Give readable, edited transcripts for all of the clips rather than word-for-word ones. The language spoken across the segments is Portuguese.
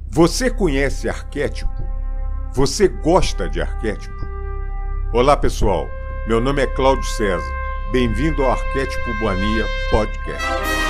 Você conhece arquétipo? Você gosta de arquétipo? Olá, pessoal. Meu nome é Cláudio César. Bem-vindo ao Arquétipo Mania Podcast.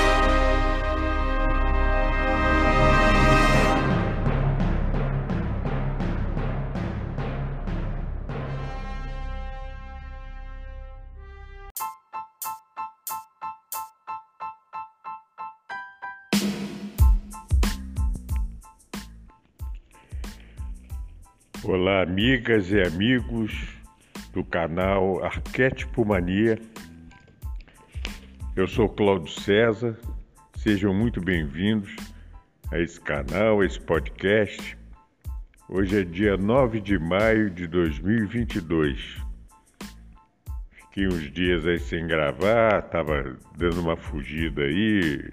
Olá, amigas e amigos do canal Arquétipo Mania. Eu sou Cláudio César. Sejam muito bem-vindos a esse canal, a esse podcast. Hoje é dia 9 de maio de 2022. Fiquei uns dias aí sem gravar, estava dando uma fugida aí.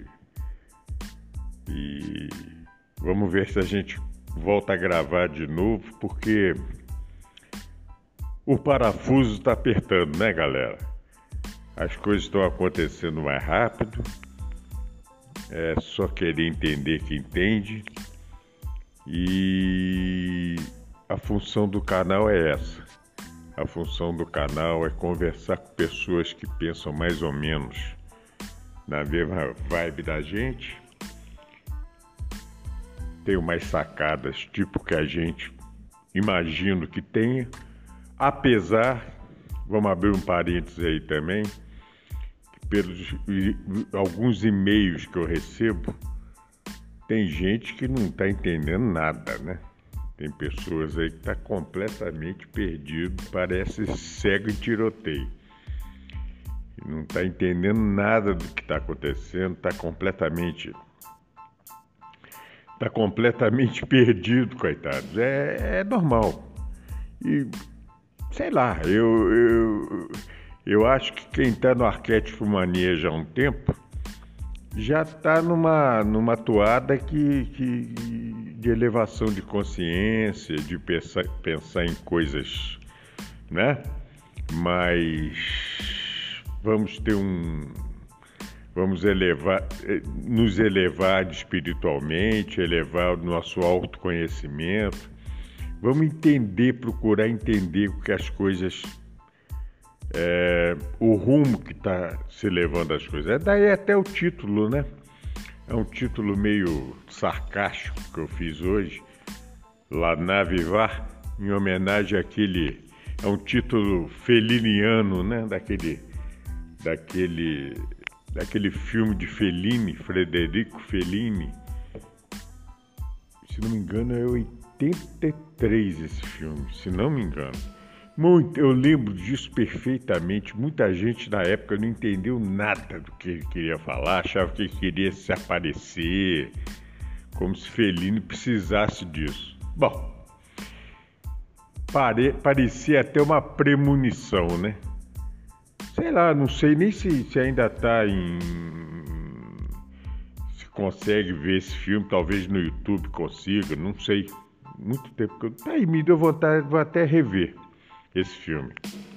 E vamos ver se a gente volta a gravar de novo, porque o parafuso está apertando, né, galera? As coisas estão acontecendo mais rápido, é só querer entender que entende, e a função do canal é essa. A função do canal é conversar com pessoas que pensam mais ou menos na mesma vibe da gente. Tenho mais sacadas, tipo que a gente imagina que tenha, apesar, vamos abrir um parênteses aí também, que pelos alguns e-mails que eu recebo, tem gente que não está entendendo nada, né? Tem pessoas aí que estão completamente perdido, parece cego em tiroteio. Não está entendendo nada do que está acontecendo, está completamente perdido, coitados. É normal. E, sei lá, eu acho que quem está no Arquétipo Mania já há um tempo já está numa toada de elevação de consciência, de pensar em coisas, né? Mas vamos nos elevar espiritualmente, elevar o nosso autoconhecimento. Vamos procurar entender o que as coisas, o rumo que está se levando as coisas. É daí até o título, né? É um título meio sarcástico que eu fiz hoje, La Navivar, em homenagem àquele, é um título feliniano, né? Daquele filme de Fellini, Frederico Fellini. Se não me engano, é 83 esse filme, se não me engano. Eu lembro disso perfeitamente. Muita gente na época não entendeu nada do que ele queria falar, achava que ele queria se aparecer, como se Fellini precisasse disso. Bom, parecia até uma premonição, né? Sei lá, não sei nem se ainda está se consegue ver esse filme, talvez no YouTube consiga, não sei. Muito tempo que aí me deu vontade, vou até rever esse filme.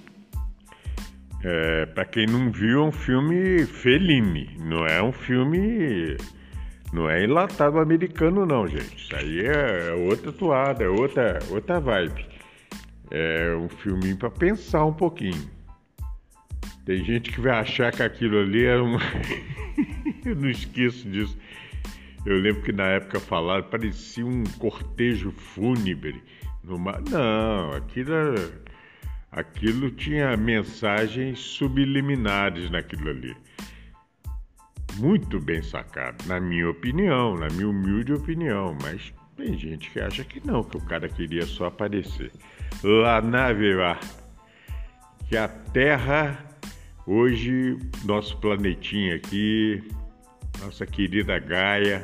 Para quem não viu, é um filme Fellini, não é um filme, não é enlatado americano não, gente. Isso aí é outra toada, é outra vibe. É um filminho para pensar um pouquinho. Tem gente que vai achar que aquilo ali é eu não esqueço disso. Eu lembro que na época falaram, parecia um cortejo fúnebre. Não, aquilo tinha mensagens subliminares naquilo ali. Muito bem sacado, na minha opinião, na minha humilde opinião. Mas tem gente que acha que não, que o cara queria só aparecer. La Navivar, que a Terra... Hoje, nosso planetinha aqui, nossa querida Gaia,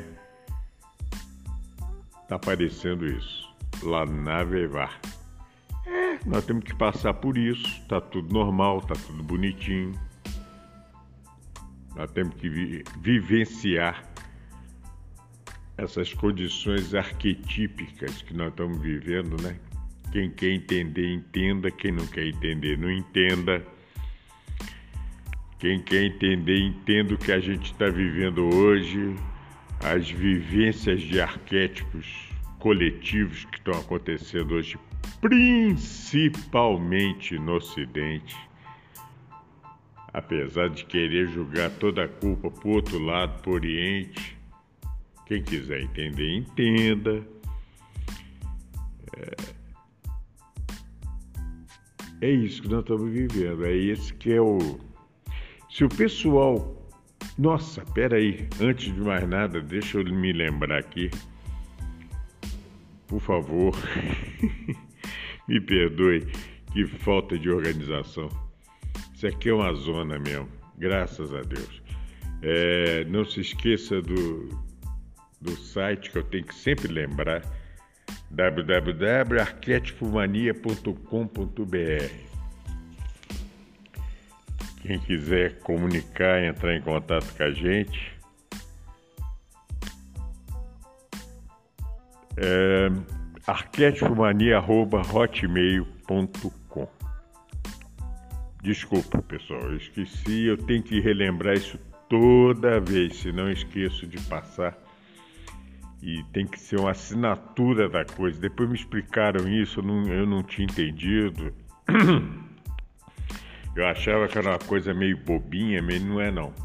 está parecendo isso, La Navivar. Nós temos que passar por isso, está tudo normal, está tudo bonitinho. Nós temos que vivenciar essas condições arquetípicas que nós estamos vivendo, né? Quem quer entender, entenda. Quem não quer entender, não entenda. Quem quer entender, entenda o que a gente está vivendo hoje, as vivências de arquétipos coletivos que estão acontecendo hoje, principalmente no Ocidente, apesar de querer jogar toda a culpa para o outro lado, para o Oriente. Quem quiser entender, entenda. É isso que nós estamos vivendo, é esse que é o... Se o pessoal... Nossa, peraí, antes de mais nada, deixa eu me lembrar aqui, por favor, me perdoe, que falta de organização. Isso aqui é uma zona mesmo, graças a Deus. Não se esqueça do site que eu tenho que sempre lembrar, www.arquetipomania.com.br. Quem quiser comunicar, entrar em contato com a gente, arquetipomania@hotmail.com. Desculpa, pessoal, eu esqueci, eu tenho que relembrar isso toda vez, senão eu esqueço de passar. E tem que ser uma assinatura da coisa. Depois me explicaram isso, eu não tinha entendido. Eu achava que era uma coisa meio bobinha, mas não é não.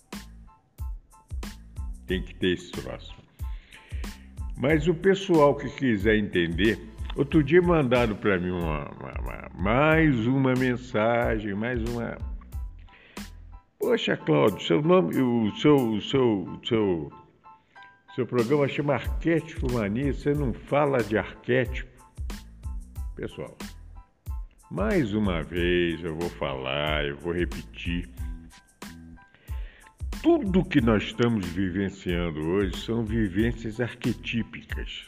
Tem que ter esse troço. Mas o pessoal que quiser entender, outro dia mandaram para mim mais uma mensagem, mais uma... Poxa, Cláudio, seu nome, seu programa chama Arquétipo Mania, você não fala de arquétipo? Pessoal, mais uma vez eu vou falar, eu vou repetir. Tudo que nós estamos vivenciando hoje são vivências arquetípicas.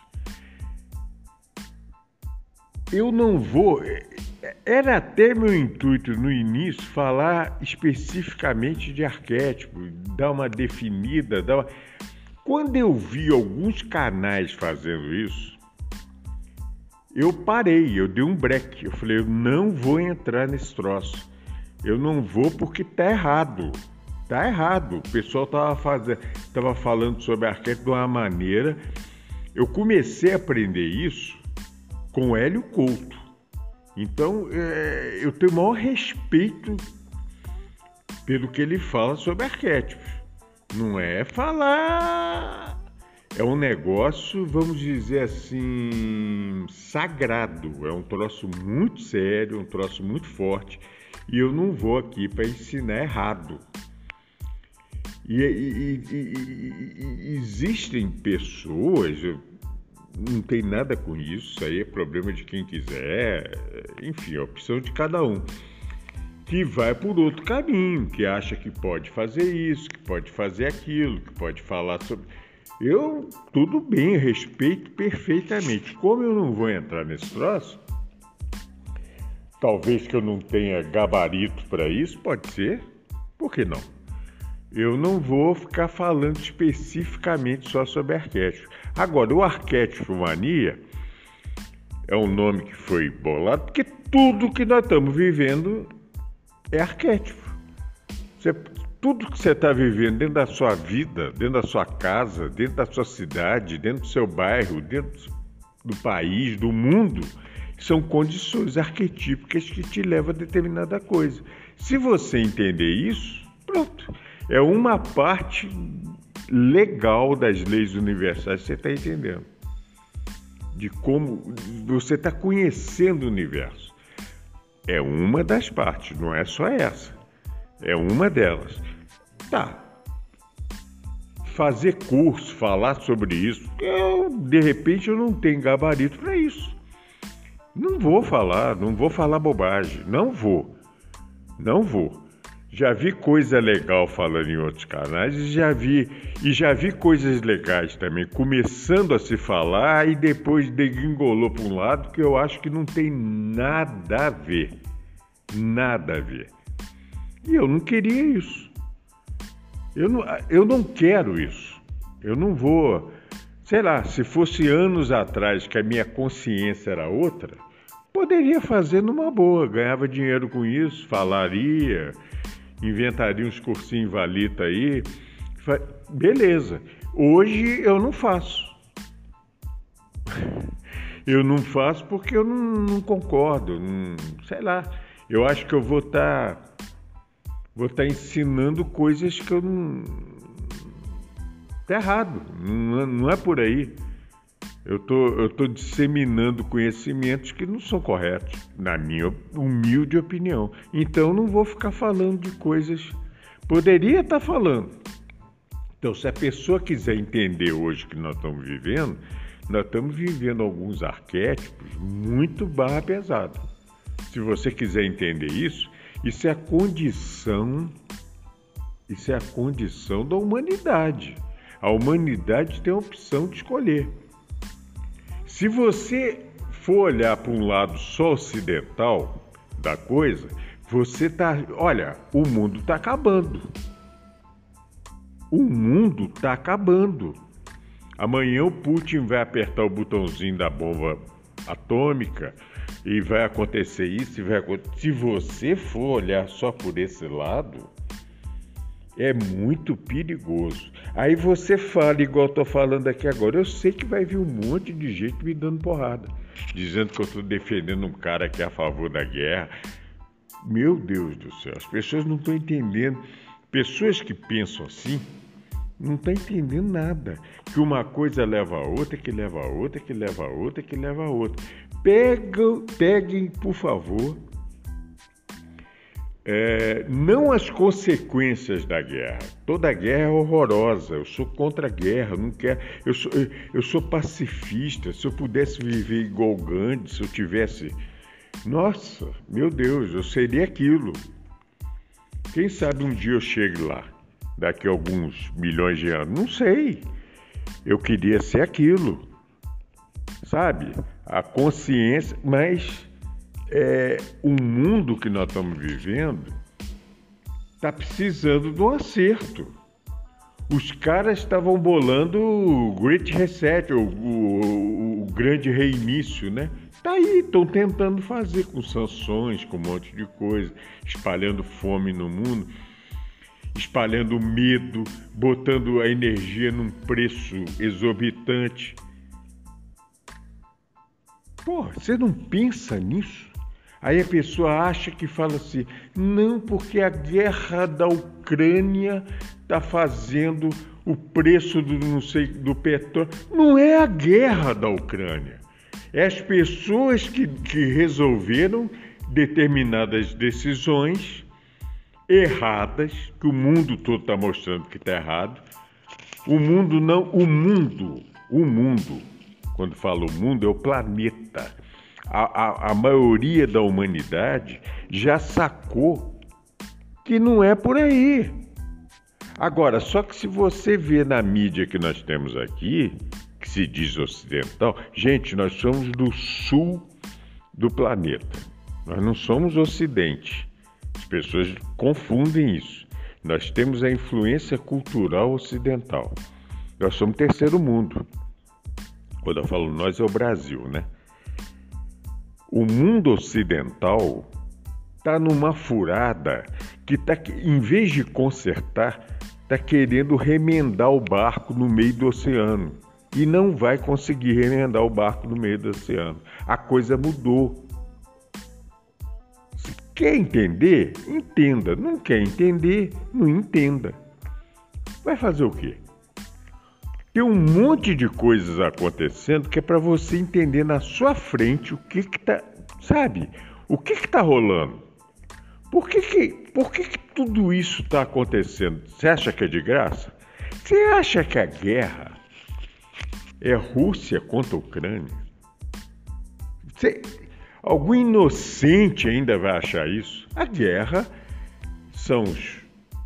Eu não vou... Era até meu intuito no início falar especificamente de arquétipo, dar uma definida, Quando eu vi alguns canais fazendo isso, eu parei, eu dei um break. Eu falei, eu não vou entrar nesse troço. Eu não vou porque tá errado. Tá errado. O pessoal tava falando sobre arquétipo de uma maneira. Eu comecei a aprender isso com Hélio Couto. Então, eu tenho o maior respeito pelo que ele fala sobre arquétipos. Não é falar... É um negócio, vamos dizer assim, sagrado. É um troço muito sério, um troço muito forte. E eu não vou aqui para ensinar errado. E existem pessoas, não tem nada com isso, isso aí é problema de quem quiser, enfim, é a opção de cada um, que vai por outro caminho, que acha que pode fazer isso, que pode fazer aquilo, que pode falar sobre... tudo bem, respeito perfeitamente. Como eu não vou entrar nesse troço, talvez que eu não tenha gabarito para isso, pode ser, por que não? Eu não vou ficar falando especificamente só sobre arquétipo. Agora, o Arquétipo Mania é um nome que foi bolado porque tudo que nós estamos vivendo é arquétipo. Tudo que você está vivendo dentro da sua vida, dentro da sua casa, dentro da sua cidade, dentro do seu bairro, dentro do país, do mundo, são condições arquetípicas que te levam a determinada coisa. Se você entender isso, pronto. É uma parte legal das leis universais que você está entendendo. De como você está conhecendo o universo. É uma das partes, não é só essa. É uma delas. Tá. Fazer curso, falar sobre isso, de repente eu não tenho gabarito para isso. Não vou falar bobagem. Não vou. Já vi coisa legal falando em outros canais e já vi coisas legais também, começando a se falar e depois degringolou para um lado que eu acho que não tem nada a ver. Nada a ver. E eu não queria isso. Eu não quero isso. Eu não vou... Sei lá, se fosse anos atrás que a minha consciência era outra, poderia fazer numa boa, ganhava dinheiro com isso, falaria... Inventaria uns cursinhos valita aí, beleza. Hoje eu não faço. Eu não faço porque eu não concordo, sei lá. Eu acho que eu vou estar ensinando coisas que eu não... Tá errado, não é por aí. Eu tô disseminando conhecimentos que não são corretos, na minha humilde opinião. Então não vou ficar falando de coisas... Poderia estar falando. Então, se a pessoa quiser entender hoje que nós estamos vivendo alguns arquétipos muito barra pesada. Se você quiser entender isso é a condição da humanidade. A humanidade tem a opção de escolher. Se você for olhar para um lado só ocidental da coisa, olha, o mundo está acabando. O mundo está acabando. Amanhã o Putin vai apertar o botãozinho da bomba atômica e vai acontecer isso. Se você for olhar só por esse lado, é muito perigoso. Aí você fala igual eu estou falando aqui agora. Eu sei que vai vir um monte de gente me dando porrada, dizendo que eu estou defendendo um cara que é a favor da guerra. Meu Deus do céu, as pessoas não estão entendendo. Pessoas que pensam assim não estão entendendo nada. Que uma coisa leva a outra, que leva a outra, que leva a outra, que leva a outra. Peguem, por favor, não as consequências da guerra. Toda guerra é horrorosa. Eu sou contra a guerra. Não quero. Eu sou pacifista. Se eu pudesse viver igual Gandhi, se eu tivesse... Nossa, meu Deus, eu seria aquilo. Quem sabe um dia eu chegue lá, daqui a alguns milhões de anos. Não sei. Eu queria ser aquilo. Sabe? A consciência, mas o mundo que nós estamos vivendo está precisando de um acerto. Os caras estavam bolando o Great Reset, o grande reinício, né? Tá aí, estão tentando fazer com sanções, com um monte de coisa, espalhando fome no mundo, espalhando medo, botando a energia num preço exorbitante. Porra, você não pensa nisso? Aí a pessoa acha que fala assim, não, porque a guerra da Ucrânia está fazendo o preço do petróleo. Não é a guerra da Ucrânia. É as pessoas que resolveram determinadas decisões erradas, que o mundo todo está mostrando que está errado. O mundo, quando falo o mundo, é o planeta. A maioria da humanidade já sacou que não é por aí. Agora, só que se você vê na mídia que nós temos aqui, que se diz ocidental, gente, nós somos do sul do planeta. Nós não somos ocidente. As pessoas confundem isso. Nós temos a influência cultural ocidental. Nós somos terceiro mundo. Quando eu falo nós, é o Brasil, né? O mundo ocidental está numa furada que em vez de consertar, está querendo remendar o barco no meio do oceano. E não vai conseguir remendar o barco no meio do oceano. A coisa mudou. Se quer entender? Entenda. Não quer entender? Não entenda. Vai fazer o quê? Tem um monte de coisas acontecendo que é para você entender na sua frente o que tá, sabe? O que tá rolando? Por que tudo isso está acontecendo? Você acha que é de graça? Você acha que a guerra é Rússia contra a Ucrânia? Algum inocente ainda vai achar isso? A guerra são os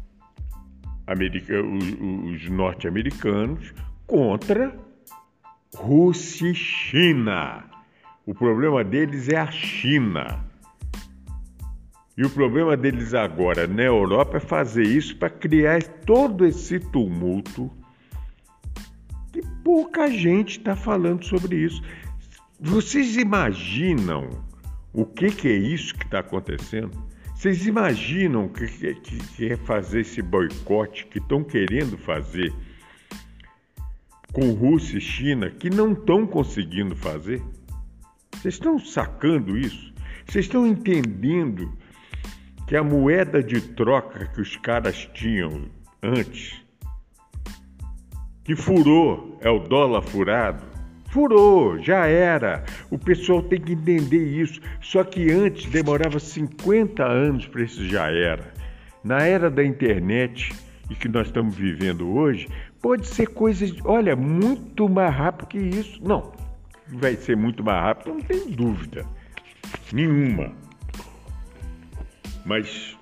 norte-americanos contra Rússia e China. O problema deles é a China. E o problema deles agora na Europa é fazer isso para criar todo esse tumulto. E pouca gente está falando sobre isso. Vocês imaginam o que é isso que está acontecendo? Vocês imaginam o que é fazer esse boicote que estão querendo fazer com Rússia e China, que não estão conseguindo fazer? Vocês estão sacando isso? Vocês estão entendendo que a moeda de troca que os caras tinham antes, que furou, é o dólar furado? Furou, já era. O pessoal tem que entender isso. Só que antes demorava 50 anos para isso já era. Na era da internet e que nós estamos vivendo hoje, pode ser coisas, olha, muito mais rápido que isso. Não, vai ser muito mais rápido, não tem dúvida nenhuma. Mas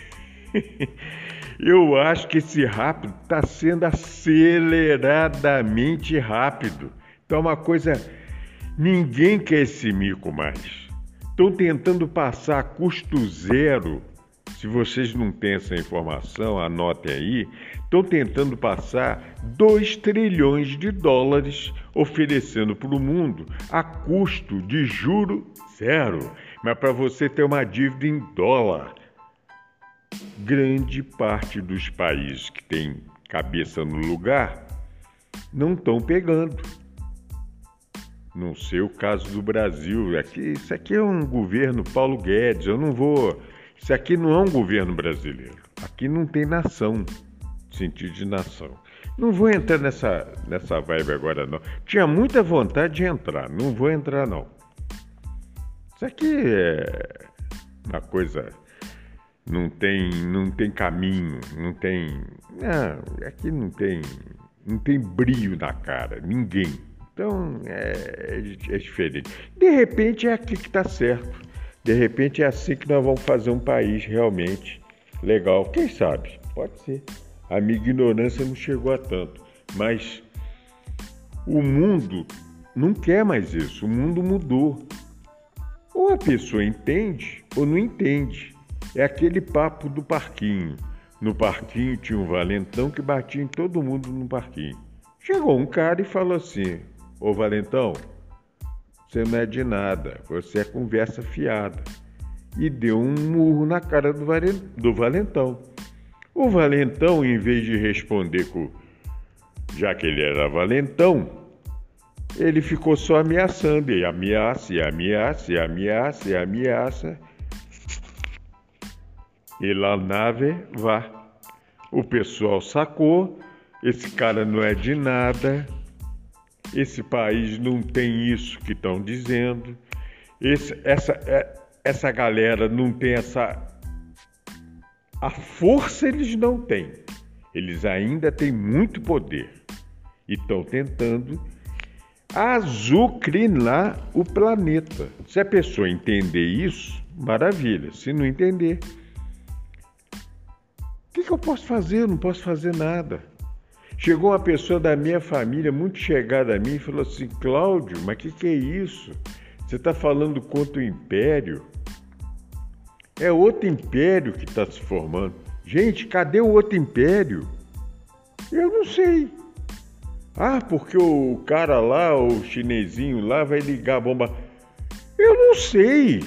eu acho que esse rápido está sendo aceleradamente rápido. Então é uma coisa, ninguém quer esse mico mais. Estão tentando passar a custo zero. Se vocês não têm essa informação, anotem aí. Estão tentando passar 2 trilhões de dólares oferecendo para o mundo a custo de juro zero. Mas para você ter uma dívida em dólar. Grande parte dos países que têm cabeça no lugar não estão pegando. Não sei o caso do Brasil. Isso aqui é um governo Paulo Guedes. Isso aqui não é um governo brasileiro. Aqui não tem nação, sentido de nação. Não vou entrar nessa vibe agora, não. Tinha muita vontade de entrar. Não vou entrar, não. Isso aqui é uma coisa... Não tem caminho, não tem... Não, aqui não tem brilho na cara. Ninguém. Então, é diferente. De repente, é aqui que está certo. De repente, é assim que nós vamos fazer um país realmente legal. Quem sabe? Pode ser. A minha ignorância não chegou a tanto. Mas o mundo não quer mais isso. O mundo mudou. Ou a pessoa entende ou não entende. É aquele papo do parquinho. No parquinho tinha um valentão que batia em todo mundo no parquinho. Chegou um cara e falou assim: ô valentão, você não é de nada, você é conversa fiada. E deu um murro na cara do valentão. O valentão, em vez de responder já que ele era valentão, ele ficou só ameaçando. E ameaça, e ameaça, e ameaça, e ameaça. E lá nave vá. O pessoal sacou, esse cara não é de nada, esse país não tem isso que estão dizendo, essa galera não tem a força eles não têm, eles ainda têm muito poder e estão tentando azucrinar o planeta. Se a pessoa entender isso, maravilha, se não entender... O que eu posso fazer? Eu não posso fazer nada. Chegou uma pessoa da minha família, muito chegada a mim, e falou assim: Cláudio, mas o que é isso? Você está falando contra o império? É outro império que está se formando. Gente, cadê o outro império? Eu não sei. Porque o cara lá, o chinesinho lá, vai ligar a bomba. Eu não sei.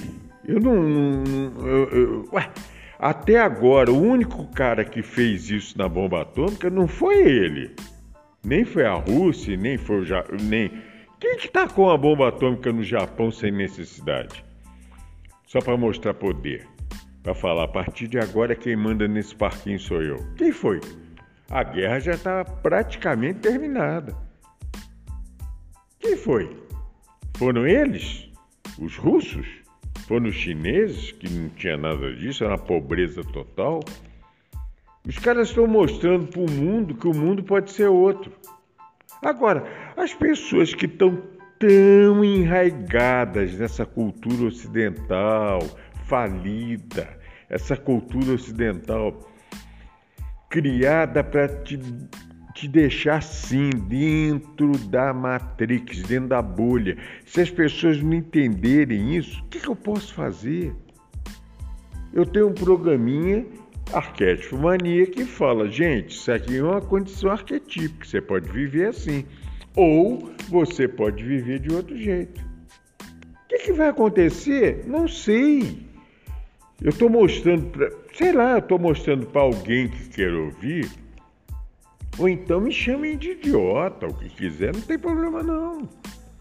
Até agora, o único cara que fez isso na bomba atômica não foi ele. Nem foi a Rússia, nem foi o Japão. Quem que tá com a bomba atômica no Japão sem necessidade? Só para mostrar poder. Para falar, a partir de agora quem manda nesse parquinho sou eu. Quem foi? A guerra já está praticamente terminada. Quem foi? Foram eles? Os russos? Foram os chineses, que não tinha nada disso, era uma pobreza total. Os caras estão mostrando para o mundo que o mundo pode ser outro. Agora, as pessoas que estão tão enraigadas nessa cultura ocidental falida, essa cultura ocidental criada para te deixar assim, dentro da Matrix, dentro da bolha. Se as pessoas não entenderem isso, o que eu posso fazer? Eu tenho um programinha, Arquétipo Mania, que fala, gente, isso aqui é uma condição arquetípica, você pode viver assim, ou você pode viver de outro jeito. O que vai acontecer? Não sei. Eu estou mostrando para alguém que quer ouvir, ou então me chamem de idiota, o que quiser, não tem problema não.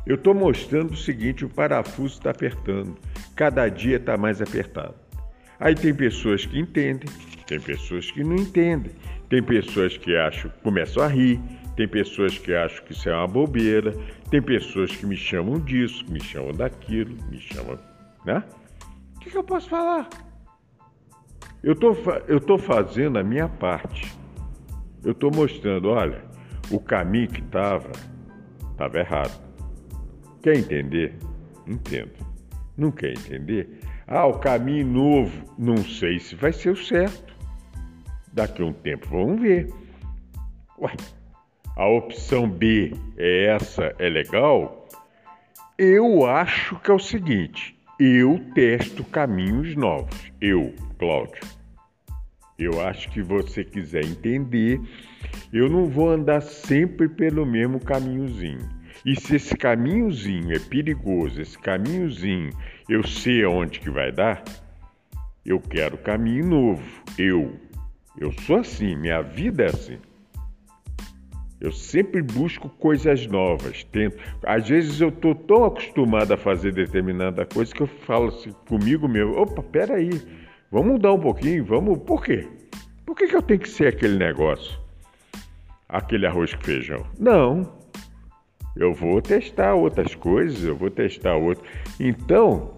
Eu estou mostrando o seguinte, o parafuso está apertando, cada dia está mais apertado. Aí tem pessoas que entendem, tem pessoas que não entendem, tem pessoas que começam a rir, tem pessoas que acham que isso é uma bobeira, tem pessoas que me chamam disso, me chamam daquilo, me chamam, né? O que eu posso falar? Eu tô fazendo a minha parte. Eu estou mostrando, olha, o caminho que estava errado. Quer entender? Entendo. Não quer entender? O caminho novo, não sei se vai ser o certo. Daqui a um tempo vamos ver. Ué, a opção B é essa, é legal? Eu acho que é o seguinte, eu testo caminhos novos. Eu, Cláudio. Eu acho que você quiser entender, eu não vou andar sempre pelo mesmo caminhozinho. E se esse caminhozinho é perigoso, esse caminhozinho eu sei aonde que vai dar, eu quero caminho novo. Eu sou assim, minha vida é assim. Eu sempre busco coisas novas. Às vezes eu estou tão acostumado a fazer determinada coisa que eu falo assim comigo mesmo, opa, peraí, vamos mudar um pouquinho, vamos... Por quê? Por que eu tenho que ser aquele negócio? Aquele arroz com feijão? Não. Eu vou testar outras coisas, eu vou testar outras. Então,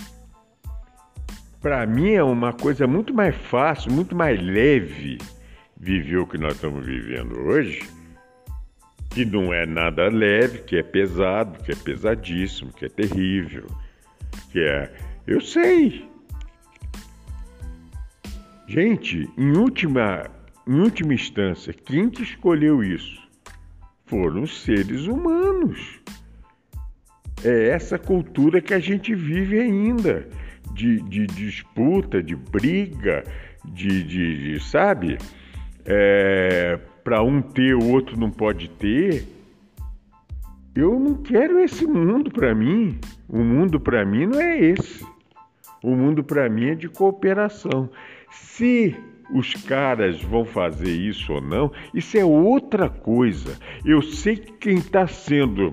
para mim é uma coisa muito mais fácil, muito mais leve viver o que nós estamos vivendo hoje, que não é nada leve, que é pesado, que é pesadíssimo, que é terrível, que é... Eu sei. Gente, em última instância, quem que escolheu isso? Foram os seres humanos. É essa cultura que a gente vive ainda, de disputa, de briga, sabe? Para um ter, o outro não pode ter. Eu não quero esse mundo para mim. O mundo para mim não é esse. O mundo para mim é de cooperação. Se os caras vão fazer isso ou não, isso é outra coisa. Eu sei que quem está sendo...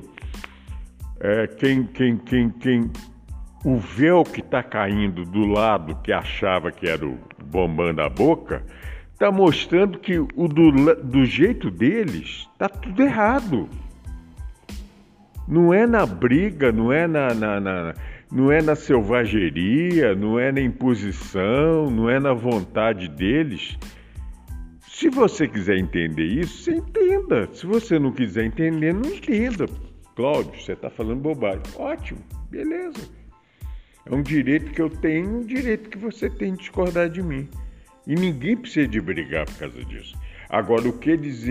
o véu que está caindo do lado que achava que era o bombando a boca, está mostrando que do jeito deles está tudo errado. Não é na briga, não é não é na selvageria, não é na imposição, não é na vontade deles. Se você quiser entender isso, você entenda. Se você não quiser entender, não entenda. Cláudio, você está falando bobagem. Ótimo, beleza. É um direito que eu tenho, um direito que você tem de discordar de mim. E ninguém precisa de brigar por causa disso. Agora, o que eles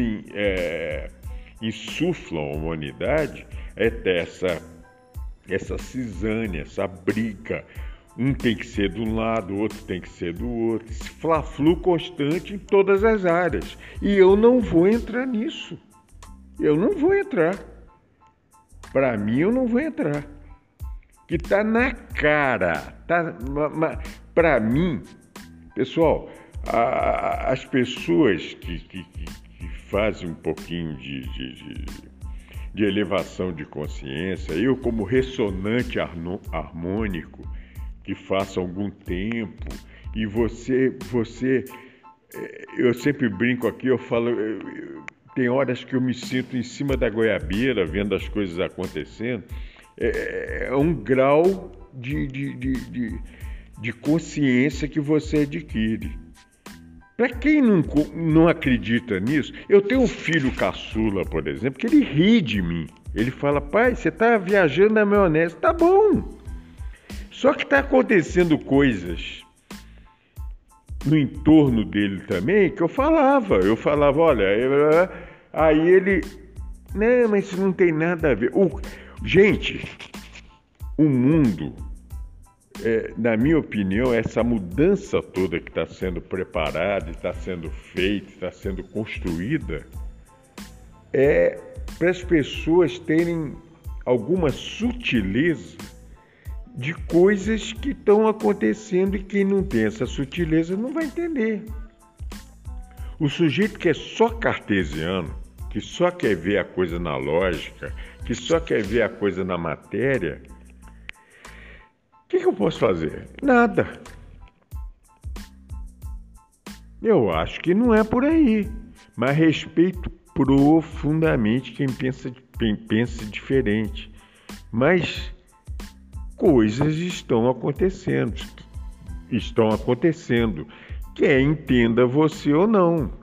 insuflam à humanidade é ter essa cisânia, essa briga. Um tem que ser de um lado, o outro tem que ser do outro. Esse fla-flu constante em todas as áreas. E eu não vou entrar nisso. Eu não vou entrar. Para mim, eu não vou entrar. Que tá na cara. Para mim, pessoal, as pessoas que fazem um pouquinho de elevação de consciência, eu como ressonante harmônico, que faço há algum tempo, e você, eu sempre brinco aqui, eu falo, tem horas que eu me sinto em cima da goiabeira, vendo as coisas acontecendo, é um grau de consciência que você adquire. Para quem não acredita nisso, eu tenho um filho caçula, por exemplo, que ele ri de mim. Ele fala, pai, você está viajando na maionese. Tá bom. Só que está acontecendo coisas no entorno dele também que eu falava, olha... Aí ele... Não, mas isso não tem nada a ver. Gente, o mundo... na minha opinião, essa mudança toda que está sendo preparada, está sendo feita, está sendo construída, é para as pessoas terem alguma sutileza de coisas que estão acontecendo e quem não tem essa sutileza não vai entender. O sujeito que é só cartesiano, que só quer ver a coisa na lógica, que só quer ver a coisa na matéria, o que eu posso fazer? Nada. Eu acho que não é por aí, mas respeito profundamente quem pensa diferente. Mas coisas estão acontecendo, quer entenda você ou não.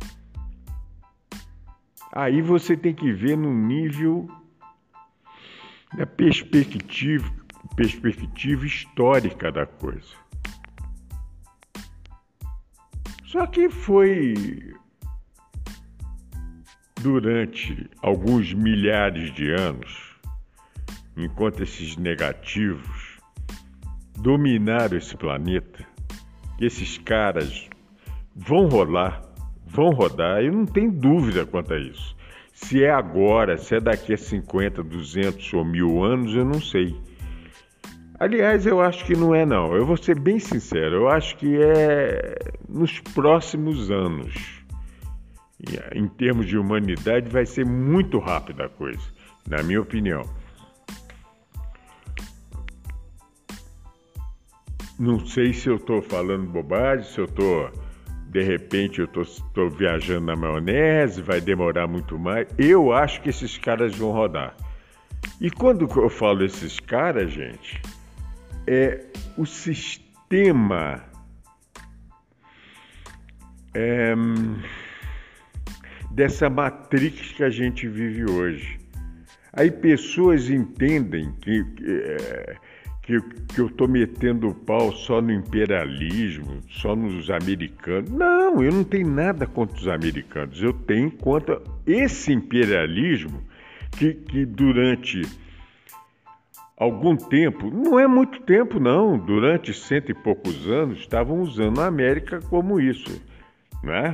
Aí você tem que ver no nível da perspectiva histórica da coisa. Só que foi durante alguns milhares de anos, enquanto esses negativos dominaram esse planeta, esses caras vão rodar, eu não tenho dúvida quanto a isso. Se é agora, se é daqui a 50, 200 ou 1000 anos, eu não sei. Aliás, eu acho que não é não. Eu vou ser bem sincero, eu acho que é nos próximos anos. Em termos de humanidade, vai ser muito rápida a coisa, na minha opinião. Não sei se eu estou falando bobagem, se eu estou, de repente, eu estou viajando na maionese, vai demorar muito mais. Eu acho que esses caras vão rodar. E quando eu falo esses caras, gente, é o sistema dessa matrix que a gente vive hoje. Aí pessoas entendem que eu estou metendo o pau só no imperialismo, só nos americanos. Não, eu não tenho nada contra os americanos. Eu tenho contra esse imperialismo que durante algum tempo, não é muito tempo não, durante 100 e poucos anos, estavam usando a América como isso, né?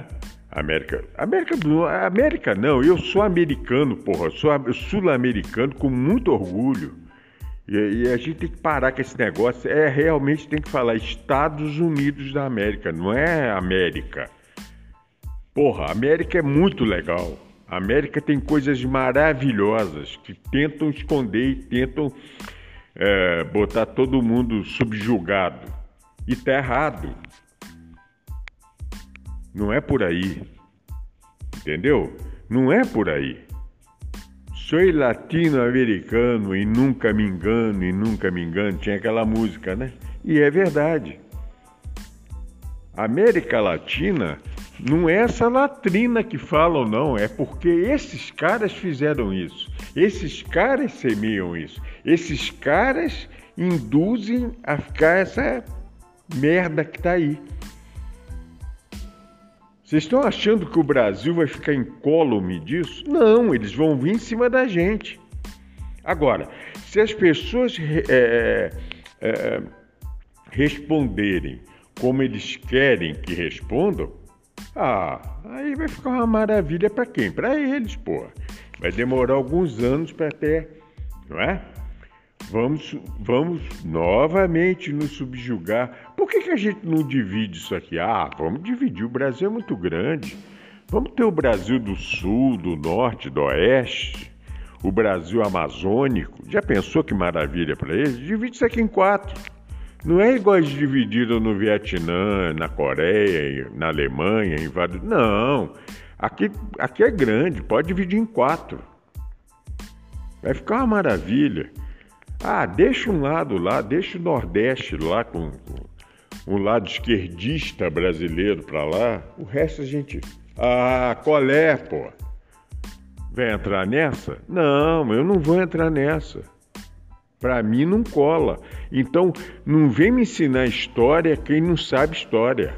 América não, eu sou americano, porra, sou sul-americano com muito orgulho. E a gente tem que parar com esse negócio, realmente tem que falar Estados Unidos da América, não é América. Porra, a América é muito legal. A América tem coisas maravilhosas que tentam esconder e tentam botar todo mundo subjugado. E tá errado. Não é por aí. Entendeu? Não é por aí. Sou latino-americano e nunca me engano, e nunca me engano. Tinha aquela música, né? E é verdade. A América Latina não é essa latrina que falam, não. É porque esses caras fizeram isso. Esses caras semeiam isso. Esses caras induzem a ficar essa merda que tá aí. Vocês estão achando que o Brasil vai ficar incólume disso? Não, eles vão vir em cima da gente. Agora, se as pessoas responderem como eles querem que respondam, aí vai ficar uma maravilha para quem? Para eles, pô. Vai demorar alguns anos para ter, não é? Vamos novamente nos subjugar. Por que a gente não divide isso aqui? Vamos dividir. O Brasil é muito grande. Vamos ter o Brasil do Sul, do Norte, do Oeste, o Brasil amazônico. Já pensou que maravilha para eles? Divide isso aqui em 4. Não é igual eles dividiram no Vietnã, na Coreia, na Alemanha, em vários... Não. Aqui é grande, pode dividir em 4. Vai ficar uma maravilha. Deixa um lado lá, deixa o Nordeste lá com o lado esquerdista brasileiro para lá. O resto a gente... qual é, pô? Vai entrar nessa? Não, eu não vou entrar nessa. Para mim não cola. Então, não vem me ensinar história quem não sabe história.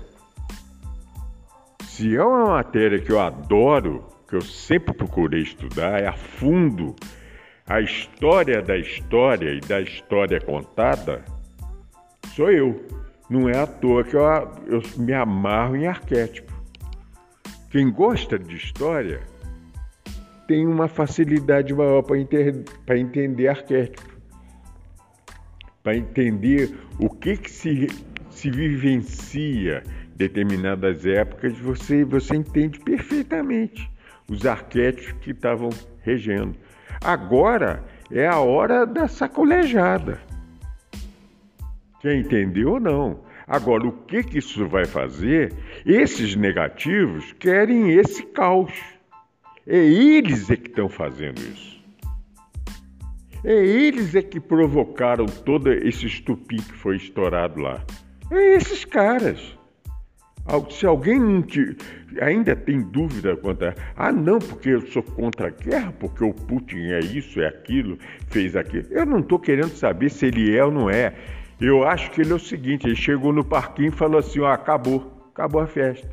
Se é uma matéria que eu adoro, que eu sempre procurei estudar, é a fundo a história da história e da história contada, sou eu. Não é à toa que eu me amarro em arquétipo. Quem gosta de história tem uma facilidade maior para entender arquétipo. Para entender o que se vivencia em determinadas épocas, você entende perfeitamente. os arquétipos que estavam regendo. Agora é a hora da sacolejada. Quer entender ou não? Agora, o que isso vai fazer? Esses negativos querem esse caos. É eles que estão fazendo isso. É eles que provocaram todo esse estupim que foi estourado lá. É esses caras. Se alguém ainda tem dúvida quanto a... não, porque eu sou contra a guerra, porque o Putin é isso, é aquilo, fez aquilo. Eu não estou querendo saber se ele é ou não é. Eu acho que ele é o seguinte, ele chegou no parquinho e falou assim, acabou a festa.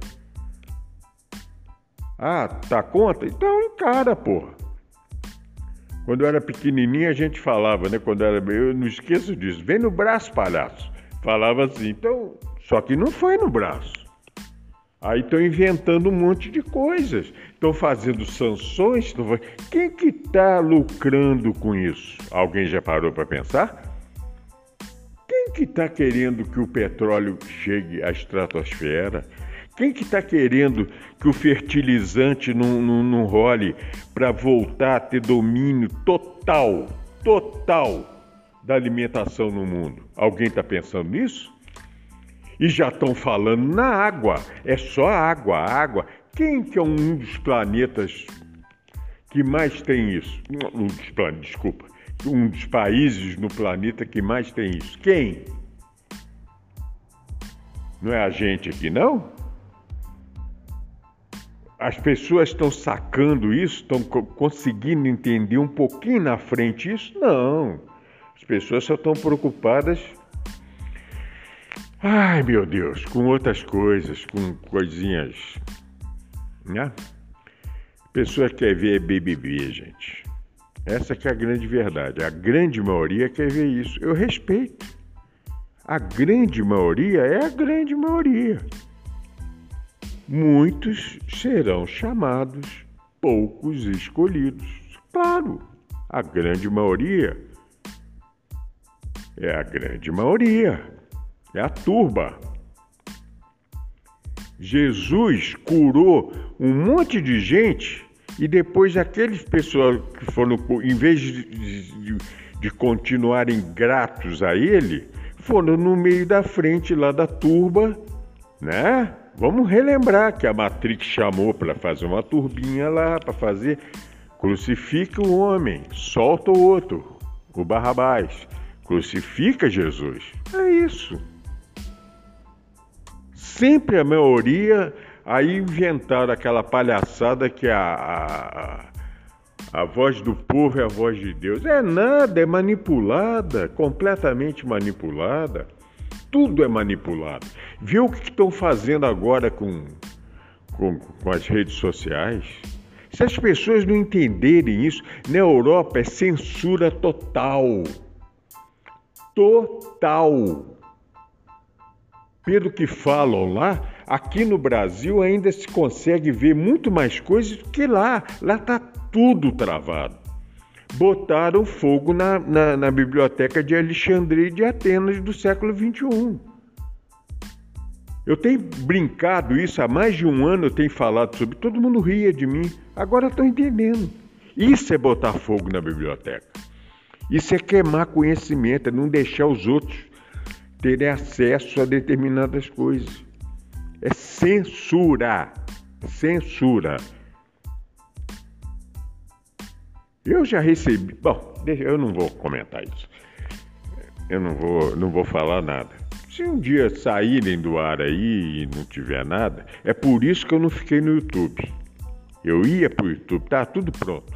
Tá contra? Então encara, porra. Quando eu era pequenininho a gente falava, né? Eu não esqueço disso, vem no braço, palhaço. Falava assim, então, só que não foi no braço. Aí estão inventando um monte de coisas, estão fazendo sanções. Quem que está lucrando com isso? Alguém já parou para pensar? Quem que está querendo que o petróleo chegue à estratosfera? Quem que está querendo que o fertilizante não role para voltar a ter domínio total da alimentação no mundo? Alguém está pensando nisso? E já estão falando na água, é só água. Quem que é um dos planetas que mais tem isso? Um dos países no planeta que mais tem isso. Quem? Não é a gente aqui, não? As pessoas estão sacando isso, estão conseguindo entender um pouquinho na frente isso? Não. As pessoas só estão preocupadas... Ai, meu Deus, com outras coisas, com coisinhas, né? A pessoa quer ver BBB, gente. Essa que é a grande verdade. A grande maioria quer ver isso. Eu respeito. A grande maioria é a grande maioria. Muitos serão chamados, poucos escolhidos. Claro, a grande maioria é a grande maioria. É a turba. Jesus curou um monte de gente e depois aqueles pessoas que foram, em vez de continuarem gratos a ele, foram no meio da frente lá da turba, né? Vamos relembrar que a Matrix chamou para fazer uma turbinha lá, para fazer... Crucifica o homem, solta o outro, o Barrabás. Crucifica Jesus. É isso. Sempre a maioria, aí inventaram aquela palhaçada que a voz do povo é a voz de Deus. É nada, é manipulada, completamente manipulada. Tudo é manipulado. Viu o que estão fazendo agora com as redes sociais? Se as pessoas não entenderem isso, na Europa é censura total. Total. Pelo que falam lá, aqui no Brasil ainda se consegue ver muito mais coisas do que lá. Lá está tudo travado. Botaram fogo na biblioteca de Alexandria e de Atenas do século XXI. Eu tenho brincado isso há mais de um ano, eu tenho falado sobre, todo mundo ria de mim. Agora estou entendendo. Isso é botar fogo na biblioteca. Isso é queimar conhecimento, é não deixar os outros terem acesso a determinadas coisas. É censura. Censura. Eu já recebi... Bom, eu não vou comentar isso. Eu não vou falar nada. Se um dia saírem do ar aí e não tiver nada, é por isso que eu não fiquei no YouTube. Eu ia pro YouTube, tá tudo pronto.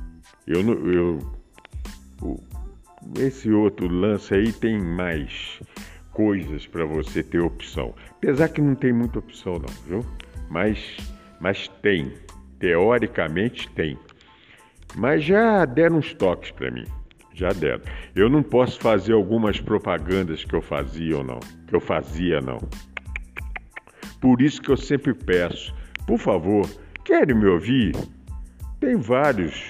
Esse outro lance aí tem mais coisas para você ter opção. Apesar que não tem muita opção não, viu? Mas tem. Teoricamente tem. Mas já deram uns toques para mim. Já deram. Eu não posso fazer algumas propagandas que eu fazia ou não. Que eu fazia, não. Por isso que eu sempre peço, por favor, querem me ouvir? Tem vários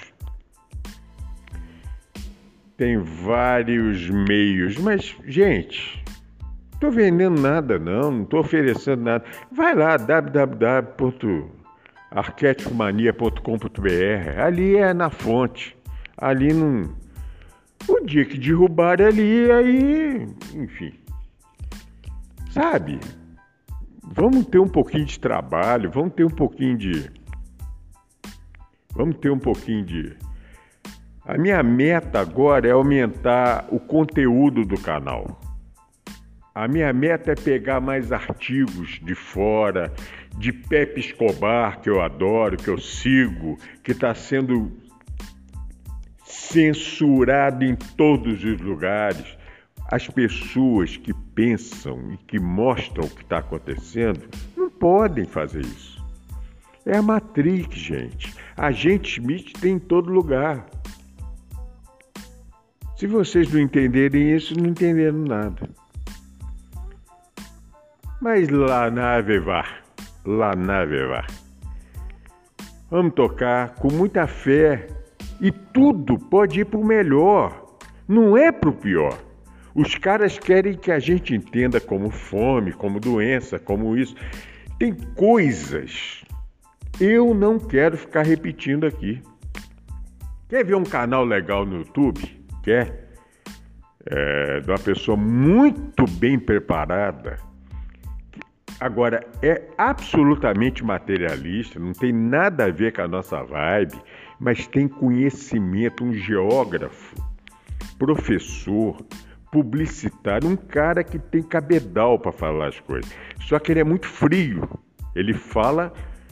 meios, mas, gente, não estou vendendo nada não estou oferecendo nada. Vai lá, arquetipomania.com.br. Ali é na fonte. Ali não... O dia que derrubarem ali, aí... Enfim. Sabe? Vamos ter um pouquinho de trabalho, vamos ter um pouquinho de... A minha meta agora é aumentar o conteúdo do canal. A minha meta é pegar mais artigos de fora, de Pepe Escobar, que eu adoro, que eu sigo, que está sendo censurado em todos os lugares. As pessoas que pensam e que mostram o que está acontecendo não podem fazer isso. É a Matrix, gente. Agente Smith tem em todo lugar. Se vocês não entenderem isso, não entenderam nada. Mas lá na Avevar, vamos tocar com muita fé e tudo pode ir para o melhor, não é para o pior. Os caras querem que a gente entenda como fome, como doença, como isso. Tem coisas, eu não quero ficar repetindo aqui. Quer ver um canal legal no YouTube? Quer? De uma pessoa muito bem preparada. Agora, é absolutamente materialista, não tem nada a ver com a nossa vibe, mas tem conhecimento, um geógrafo, professor, publicitário, um cara que tem cabedal para falar as coisas. Só que ele é muito frio. Ele fala,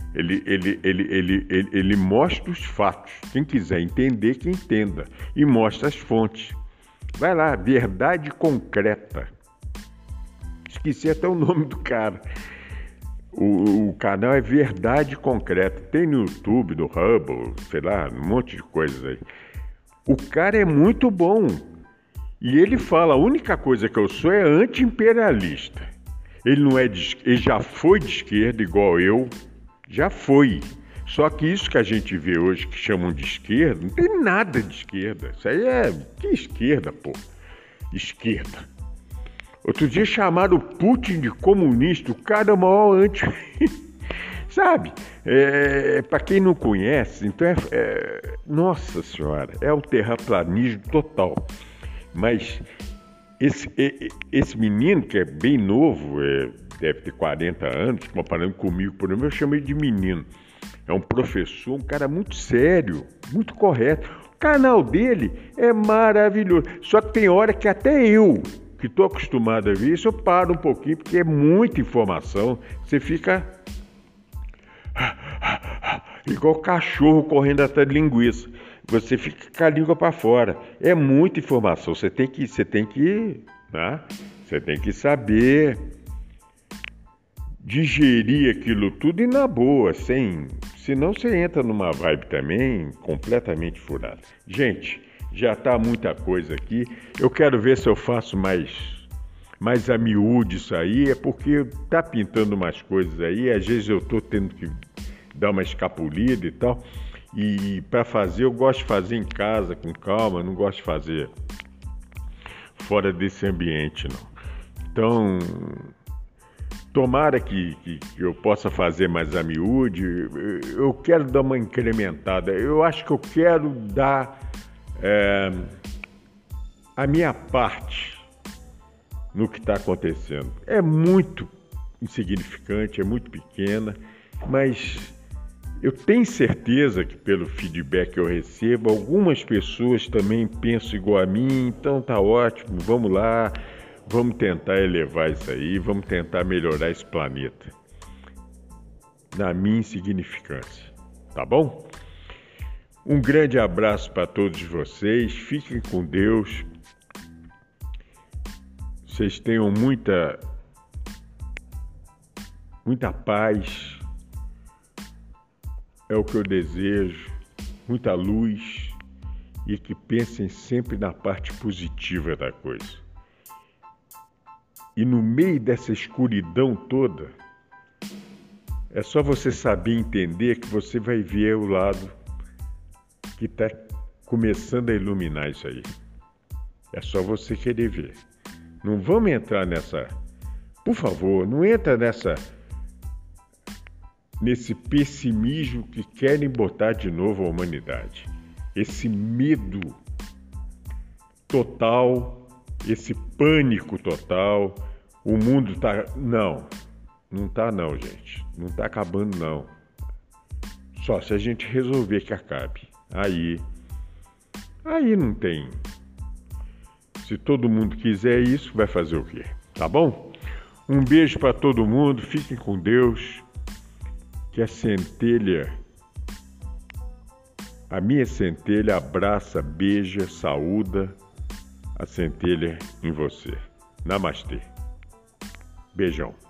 ele mostra os fatos. Quem quiser entender, que entenda. E mostra as fontes. Vai lá, Verdade Concreta. Esqueci até o nome do cara. O canal é Verdade Concreta. Tem no YouTube, do Hubble, sei lá, um monte de coisas aí. O cara é muito bom. E ele fala, a única coisa que eu sou é anti-imperialista. Ele não é ele já foi de esquerda, igual eu. Já foi. Só que isso que a gente vê hoje, que chamam de esquerda, não tem nada de esquerda. Isso aí é... Que esquerda, pô? Esquerda. Outro dia chamaram o Putin de comunista, o cara é o maior anti... Sabe? Para quem não conhece, então nossa senhora, é o terraplanismo total. Mas esse menino, que é bem novo, deve ter 40 anos, comparando comigo, por exemplo, eu chamei de menino. É um professor, um cara muito sério, muito correto. O canal dele é maravilhoso. Só que tem hora que até eu, que estou acostumado a ver isso, eu paro um pouquinho, porque é muita informação. Você fica igual cachorro correndo atrás de linguiça. Você fica com a língua para fora. É muita informação. Você tem que saber digerir aquilo tudo e na boa, senão você entra numa vibe também completamente furada. Gente, já tá muita coisa aqui. Eu quero ver se eu faço mais a miúde isso aí, é porque tá pintando umas coisas aí, às vezes eu tô tendo que dar uma escapulida e tal. E para fazer, eu gosto de fazer em casa, com calma, não gosto de fazer fora desse ambiente, não. Então, tomara que eu possa fazer mais a miúde, eu quero dar uma incrementada, eu acho que eu quero dar a minha parte no que está acontecendo. É muito insignificante, é muito pequena, mas eu tenho certeza que pelo feedback que eu recebo, algumas pessoas também pensam igual a mim, então tá ótimo, vamos lá, vamos tentar elevar isso aí, vamos tentar melhorar esse planeta, na minha insignificância, tá bom? Um grande abraço para todos vocês, fiquem com Deus, vocês tenham muita paz, é o que eu desejo, muita luz e que pensem sempre na parte positiva da coisa. E no meio dessa escuridão toda, é só você saber entender que você vai ver o lado que está começando a iluminar isso aí. É só você querer ver. Não vamos entrar nessa... Por favor, não entra nessa nesse pessimismo que querem botar de novo a humanidade. Esse medo total, esse pânico total, o mundo tá... Não tá não, gente. Não tá acabando não. Só se a gente resolver que acabe. Aí não tem. Se todo mundo quiser isso, vai fazer o quê? Tá bom? Um beijo para todo mundo, fiquem com Deus. Que a minha centelha abraça, beija, saúda a centelha em você. Namastê. Beijão.